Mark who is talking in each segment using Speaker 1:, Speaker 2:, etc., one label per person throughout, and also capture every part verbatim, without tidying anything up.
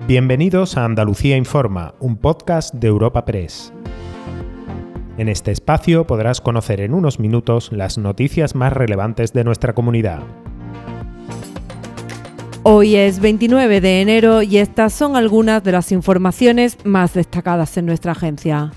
Speaker 1: Bienvenidos a Andalucía Informa, un podcast de Europa Press. En este espacio podrás conocer en unos minutos las noticias más relevantes de nuestra comunidad.
Speaker 2: Hoy es veintinueve de enero y estas son algunas de las informaciones más destacadas en nuestra agencia.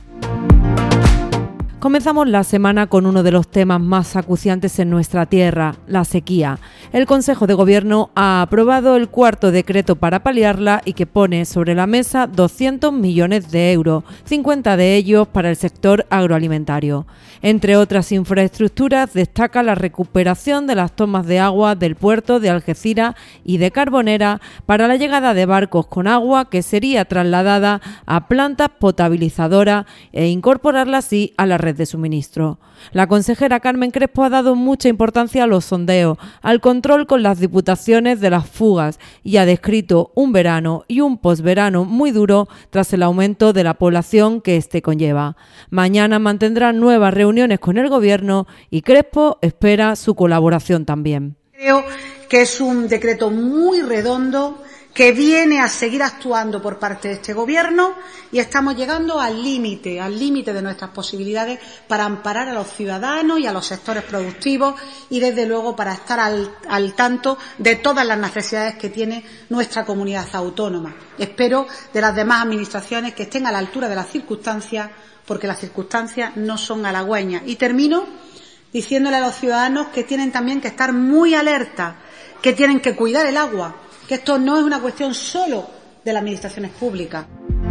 Speaker 2: Comenzamos la semana con uno de los temas más acuciantes en nuestra tierra, la sequía. El Consejo de Gobierno ha aprobado el cuarto decreto para paliarla y que pone sobre la mesa doscientos millones de euros, cincuenta de ellos para el sector agroalimentario. Entre otras infraestructuras destaca la recuperación de las tomas de agua del puerto de Algeciras y de Carbonera para la llegada de barcos con agua que sería trasladada a plantas potabilizadoras e incorporarla así a la red de suministro. La consejera Carmen Crespo ha dado mucha importancia a los sondeos, al control con las diputaciones de las fugas y ha descrito un verano y un posverano muy duro tras el aumento de la población que este conlleva. Mañana mantendrá nuevas reuniones con el Gobierno y Crespo espera su colaboración también.
Speaker 3: Creo que es un decreto muy redondo que viene a seguir actuando por parte de este Gobierno y estamos llegando al límite, al límite de nuestras posibilidades para amparar a los ciudadanos y a los sectores productivos y, desde luego, para estar al, al tanto de todas las necesidades que tiene nuestra comunidad autónoma. Espero de las demás administraciones que estén a la altura de las circunstancias, porque las circunstancias no son halagüeñas. Y termino diciéndole a los ciudadanos que tienen también que estar muy alerta, que tienen que cuidar el agua, que esto no es una cuestión solo de las administraciones públicas.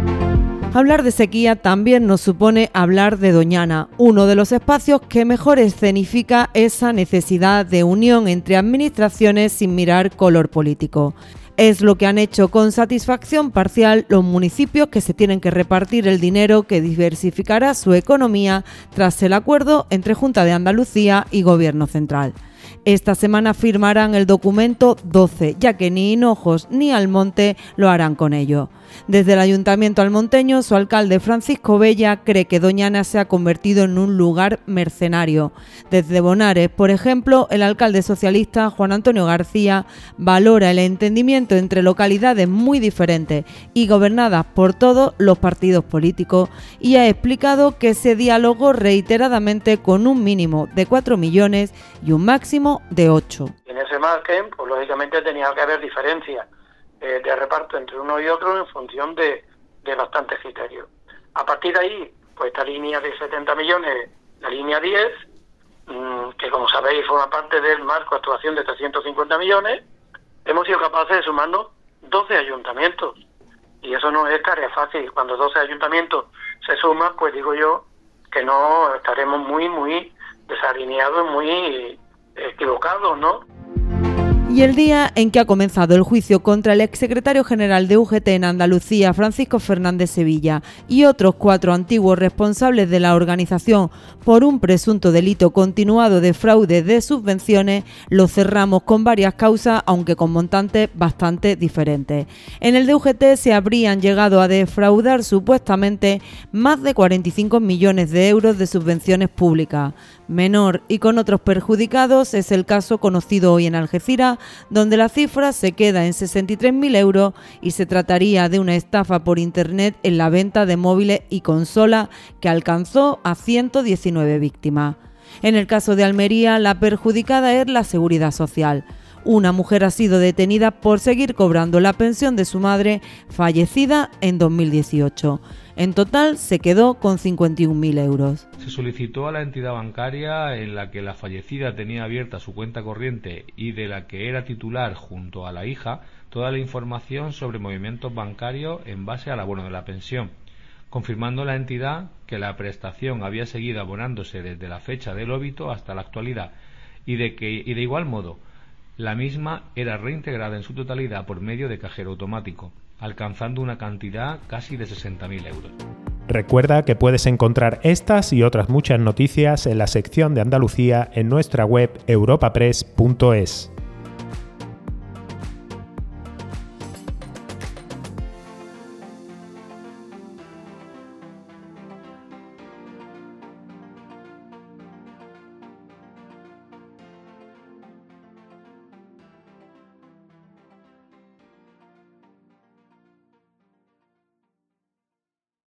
Speaker 2: Hablar de sequía también nos supone hablar de Doñana, uno de los espacios que mejor escenifica esa necesidad de unión entre administraciones sin mirar color político. Es lo que han hecho con satisfacción parcial los municipios que se tienen que repartir el dinero que diversificará su economía tras el acuerdo entre Junta de Andalucía y Gobierno Central. Esta semana firmarán el documento doce, ya que ni Hinojos ni Almonte lo harán con ello. Desde el Ayuntamiento almonteño, su alcalde Francisco Bella cree que Doñana se ha convertido en un lugar mercenario. Desde Bonares, por ejemplo, el alcalde socialista Juan Antonio García valora el entendimiento entre localidades muy diferentes y gobernadas por todos los partidos políticos y ha explicado que se dialogó reiteradamente con un mínimo de cuatro millones y un máximo de ocho.
Speaker 4: En ese margen, pues lógicamente tenía que haber diferencias eh, de reparto entre uno y otro en función de, de bastantes criterios. A partir de ahí, pues esta línea de setenta millones, la línea diez, mmm, que como sabéis forma parte del marco de actuación de trescientos cincuenta millones, hemos sido capaces de sumarnos doce ayuntamientos. Y eso no es tarea fácil. Cuando doce ayuntamientos se suman, pues digo yo que no estaremos muy, muy desalineados, muy equivocados, ¿no?
Speaker 2: Y el día en que ha comenzado el juicio contra el exsecretario general de U G T en Andalucía, Francisco Fernández Sevilla, y otros cuatro antiguos responsables de la organización por un presunto delito continuado de fraude de subvenciones, lo cerramos con varias causas, aunque con montantes bastante diferentes. En el de U G T se habrían llegado a defraudar supuestamente más de cuarenta y cinco millones de euros de subvenciones públicas. Menor y con otros perjudicados es el caso conocido hoy en Algeciras, donde la cifra se queda en sesenta y tres mil euros y se trataría de una estafa por internet en la venta de móviles y consolas que alcanzó a ciento diecinueve víctimas. En el caso de Almería, la perjudicada es la Seguridad Social. Una mujer ha sido detenida por seguir cobrando la pensión de su madre, fallecida en dos mil dieciocho. En total se quedó con cincuenta y un mil euros.
Speaker 5: Se solicitó a la entidad bancaria en la que la fallecida tenía abierta su cuenta corriente y de la que era titular junto a la hija toda la información sobre movimientos bancarios en base al abono de la pensión, confirmando la entidad que la prestación había seguido abonándose desde la fecha del óbito hasta la actualidad y de que y de igual modo la misma era reintegrada en su totalidad por medio de cajero automático, alcanzando una cantidad casi de sesenta mil euros.
Speaker 1: Recuerda que puedes encontrar estas y otras muchas noticias en la sección de Andalucía en nuestra web europapress punto es.